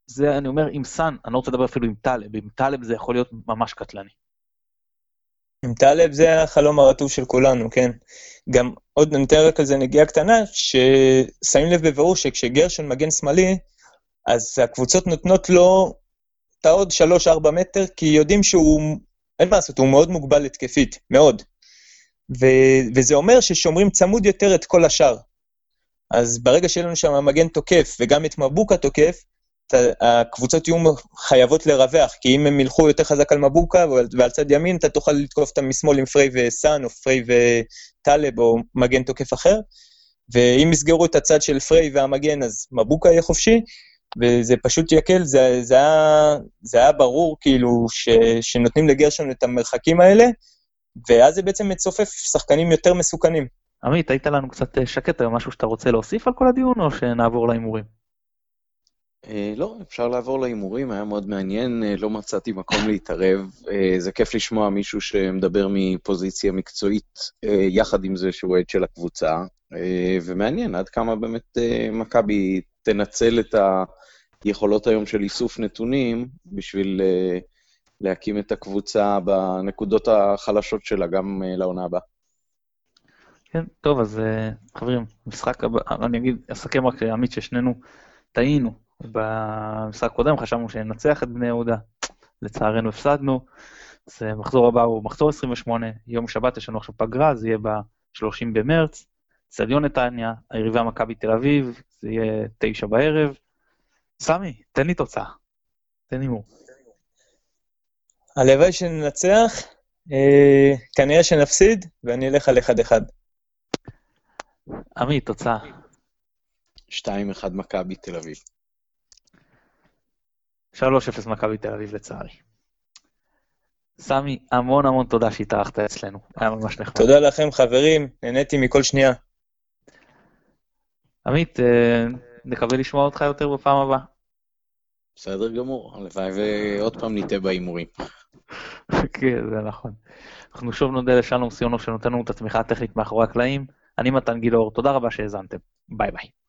זה אני אומר עם סן, אני לא רוצה לדבר אפילו עם טלב, עם טלב זה יכול להיות ממש קטלני. עם טלב זה החלום הרטוב של כולנו, כן. גם עוד נתן רק על זה נגיעה קטנה, ששמים לב בבירור שכשגרשון מגן שמאלי, אז הקבוצות נותנות לו את העוד שלוש ארבע מטר, כי יודעים שהוא, אין מה לעשות, הוא מאוד מוגבל התקפית, מאוד. ו- וזה אומר ששומרים צמוד יותר את כל השאר. אז ברגע שיהיה לנו שם מגן תוקף, וגם את מבוקה תוקף, הקבוצות יהיו חייבות לרווח, כי אם הם ילכו יותר חזק על מבוקה, ועל צד ימין, אתה תוכל לתקוף אותם משמאל עם פריי וסן, או פריי וטלב, או מגן תוקף אחר, ואם יסגרו את הצד של פריי והמגן, אז מבוקה יהיה חופשי, וזה פשוט יקל, זה, זה, היה, זה היה ברור כאילו ש, שנותנים לגרשון את המרחקים האלה, ואז זה בעצם מצופף שחקנים יותר מסוכנים. עמית, היית לנו קצת שקט היום, משהו שאתה רוצה להוסיף על כל הדיון, או שנעבור להימורים? לא, אפשר לעבור להימורים, היה מאוד מעניין, לא מצאתי מקום להתערב, זה כיף לשמוע מישהו שמדבר מפוזיציה מקצועית, יחד עם זה שהוא עד של הקבוצה, ומעניין עד כמה באמת מכבי תנצל את היכולות היום של איסוף נתונים, בשביל להקים את הקבוצה בנקודות החלשות שלה גם לעונה הבאה. כן, טוב, אז חברים, משחק הבא, אני אגיד, אסכם רק עמית ששנינו טעינו במשחק קודם, חשבנו שננצח את בני יהודה, לצערנו הפסדנו, אז מחזור הבא הוא מחזור עשרים ושמונה, יום שבת יש לנו עכשיו פגרה, זה יהיה ב-שלושים במרץ, אצטדיון נתניה, היריבה מכבי תל אביב, זה יהיה תשע בערב, סמי, תן לי תוצאה, תן לי מור. הלוואי שננצח, אה, כנראה שנפסיד, ואני אלך על אחד אחד. עמית, תוצאה. שתיים אחד מכבי תל אביב. שלוש אפס מכבי תל אביב לצערי. סמי, המון המון תודה שהתארחת אצלנו. היה ממש נחמד. תודה לכם חברים, נהניתי מכל שנייה. עמית, נקווה לשמוע אותך יותר בפעם הבאה. בסדר גמור, הלוואי ועוד פעם ניתה בהימורים. כן, זה נכון. אנחנו שוב נודה לשלום סיונוב שנותן לנו את התמיכה הטכנית מאחורי הקלעים. אני מתן גילאור, תודה רבה שהאזנתם. ביי ביי.